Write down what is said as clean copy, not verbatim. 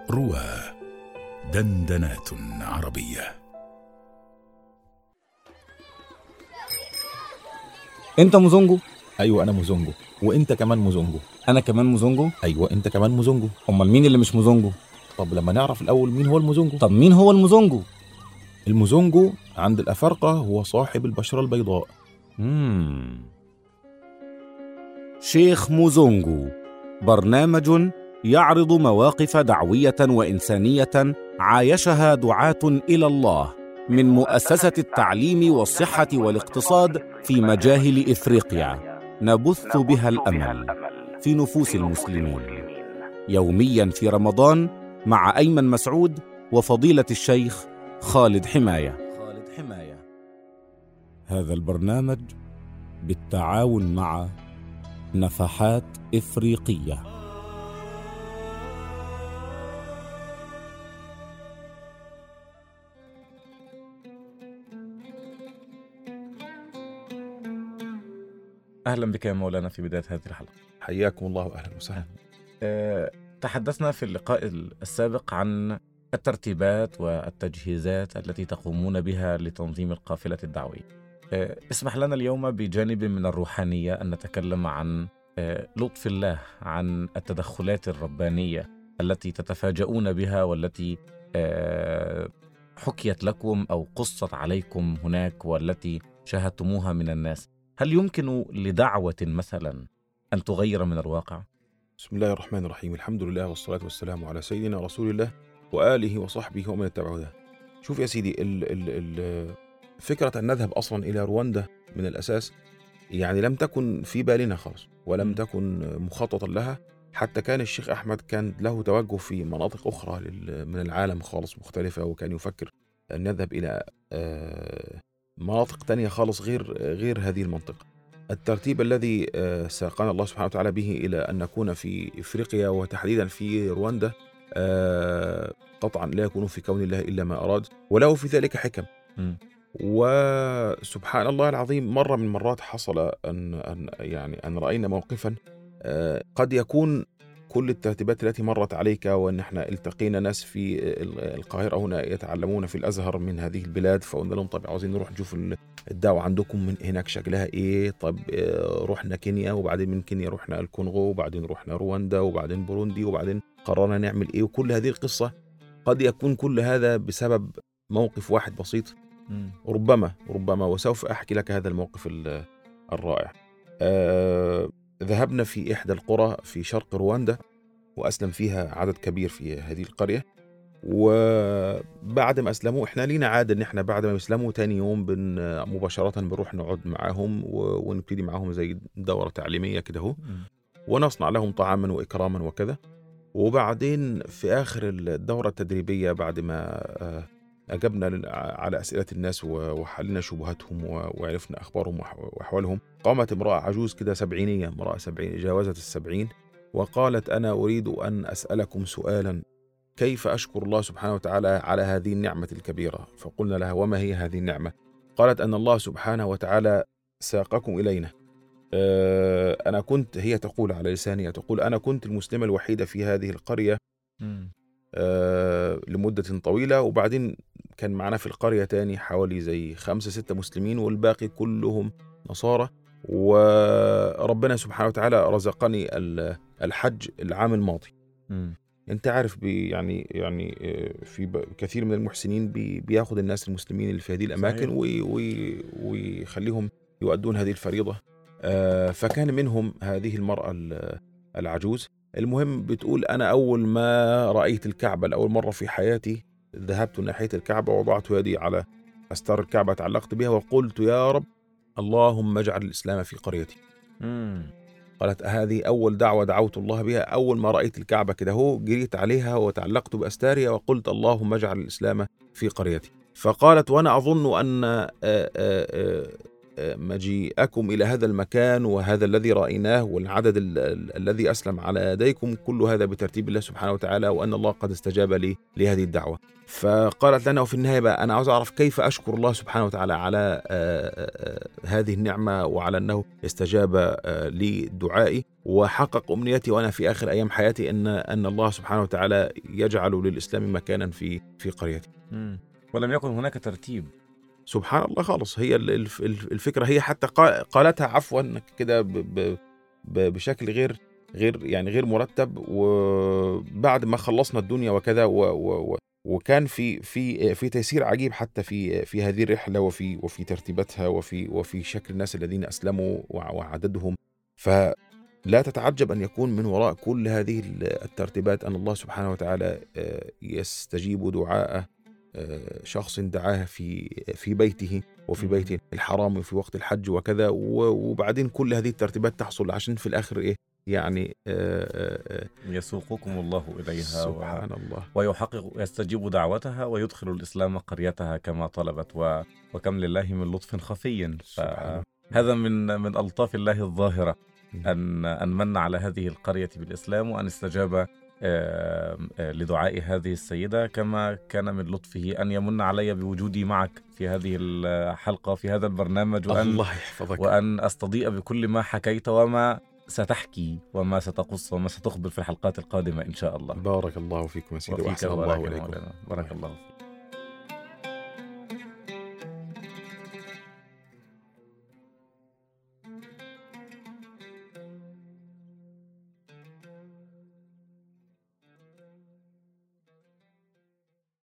روى دندنات عربية. انت مزونجو؟ ايوه انا مزونجو. وانت كمان مزونجو. انا كمان مزونجو؟ ايوه انت كمان مزونجو. امال مين اللي مش مزونجو؟ طب لما نعرف الاول مين هو المزونجو. طب مين هو المزونجو؟ المزونجو عند الافارقه هو صاحب البشره البيضاء. شيخ مزونجو، برنامج يعرض مواقف دعوية وإنسانية عايشها دعاة إلى الله من مؤسسة التعليم والصحة والاقتصاد في مجاهل إفريقيا، نبث بها الأمل في نفوس المسلمين، يوميا في رمضان مع أيمن مسعود وفضيلة الشيخ خالد حماية. هذا البرنامج بالتعاون مع نفحات إفريقية. أهلا بك يا مولانا في بداية هذه الحلقة. حياكم الله وأهلا وسهلا. تحدثنا في اللقاء السابق عن الترتيبات والتجهيزات التي تقومون بها لتنظيم القافلة الدعوية. اسمح لنا اليوم بجانب من الروحانية أن نتكلم عن لطف الله، عن التدخلات الربانية التي تتفاجؤون بها والتي حكيت لكم أو قصت عليكم هناك والتي شاهدتموها من الناس. هل يمكن لدعوة مثلا أن تغير من الواقع؟ بسم الله الرحمن الرحيم. الحمد لله والصلاة والسلام على سيدنا رسول الله وآله وصحبه ومن اتبعه ده. شوف يا سيدي، فكرة أن نذهب أصلا إلى رواندا من الأساس يعني لم تكن في بالنا خالص ولم تكن مخططا لها. حتى كان الشيخ أحمد كان له توجه في مناطق أخرى من العالم خالص مختلفة، وكان يفكر أن نذهب إلى مناطق تانية خالص غير هذه المنطقة. الترتيب الذي ساقنا الله سبحانه وتعالى به إلى أن نكون في إفريقيا وتحديدا في رواندا قطعا لا يكون في كون الله إلا ما أراد، وله في ذلك حكم. وسبحان الله العظيم، مرة من مرات حصل أن رأينا موقفا قد يكون كل الترتيبات التي مرت عليك، وأن احنا التقينا ناس في القاهرة هنا يتعلمون في الأزهر من هذه البلاد، فقلنا لهم طب عاوزين نروح نشوف الدعوة عندكم من هناك شكلها إيه. طب رحنا كينيا، وبعدين من كينيا رحنا الكونغو، وبعدين رحنا رواندا، وبعدين بوروندي، وبعدين قررنا نعمل إيه. وكل هذه القصة قد يكون كل هذا بسبب موقف واحد بسيط، ربما وسوف أحكي لك هذا الموقف الرائع. ذهبنا في إحدى القرى في شرق رواندا، وأسلم فيها عدد كبير في هذه القرية. وبعد ما أسلموا، إحنا لينا عادة إن إحنا بعد ما يسلموا تاني يوم مباشرة بنروح نقعد معاهم ونبتدي معاهم زي دورة تعليمية كده هو، ونصنع لهم طعاما وإكراما وكذا. وبعدين في آخر الدورة التدريبية، بعد ما أجبنا على أسئلة الناس وحلنا شبهاتهم وعرفنا أخبارهم وأحوالهم، قامت امرأة عجوز كده سبعينية، امرأة جاوزت 70، وقالت: أنا أريد أن أسألكم سؤالا، كيف أشكر الله سبحانه وتعالى على هذه النعمة الكبيرة؟ فقلنا لها: وما هي هذه النعمة؟ قالت: أن الله سبحانه وتعالى ساقكم إلينا. هي تقول على لسانها، تقول: أنا كنت المسلمة الوحيدة في هذه القرية لمدة طويلة، وبعدين كان معنا في القرية تاني حوالي زي 5-6 مسلمين، والباقي كلهم نصارى. وربنا سبحانه وتعالى رزقني الحج العام الماضي. انت عارف يعني في كثير من المحسنين بياخد الناس المسلمين اللي في هذه الأماكن ويخليهم يؤدون هذه الفريضة. فكان منهم هذه المرأة العجوز. المهم بتقول: أنا أول ما رأيت الكعبة لأول مرة في حياتي، ذهبت ناحية الكعبة ووضعت يدي على أستار الكعبة، تعلقت بها وقلت: يا رب، اللهم اجعل الإسلام في قريتي. قالت: هذه أول دعوة دعوت الله بها. أول ما رأيت الكعبة كده هو جريت عليها وتعلقت بأستارها وقلت: اللهم اجعل الإسلام في قريتي. فقالت: وأنا أظن أن مجيئكم إلى هذا المكان وهذا الذي رأيناه والعدد الذي أسلم على يديكم، كل هذا بترتيب الله سبحانه وتعالى، وأن الله قد استجاب لي لهذه الدعوة. فقالت لنا وفي النهاية بقى أنا عاوز أعرف كيف أشكر الله سبحانه وتعالى على هذه النعمة وعلى أنه استجاب لدعائي وحقق أمنيتي وأنا في آخر أيام حياتي أن الله سبحانه وتعالى يجعل للإسلام مكانا في قريتي. ولم يكن هناك ترتيب. سبحان الله خالص. هي الفكرة هي حتى قالتها عفوا كده بشكل غير مرتب، وبعد ما خلصنا الدنيا وكذا وكان في تيسير عجيب حتى في هذه الرحلة وفي ترتيباتها وفي شكل الناس الذين أسلموا وعددهم. فلا تتعجب أن يكون من وراء كل هذه الترتيبات أن الله سبحانه وتعالى يستجيب دعاء شخص دعاه في بيته وفي بيت الحرام وفي وقت الحج وكذا، وبعدين كل هذه الترتيبات تحصل عشان في الآخر يعني يسوقكم الله إليها سبحان الله، ويحقق يستجيب دعوتها ويدخل الإسلام قريتها كما طلبت. وكم لله من لطف خفي. هذا من ألطاف الله الظاهرة أن من على هذه القرية بالإسلام وأن استجاب لدعاء هذه السيدة، كما كان من لطفه أن يمن علي بوجودي معك في هذه الحلقة في هذا البرنامج، وأن أستضيء بكل ما حكيت وما ستحكي وما ستقص وما ستخبر في الحلقات القادمة إن شاء الله. بارك الله فيكم يا سيدي وأحسن الله إليكم. بارك الله فيك.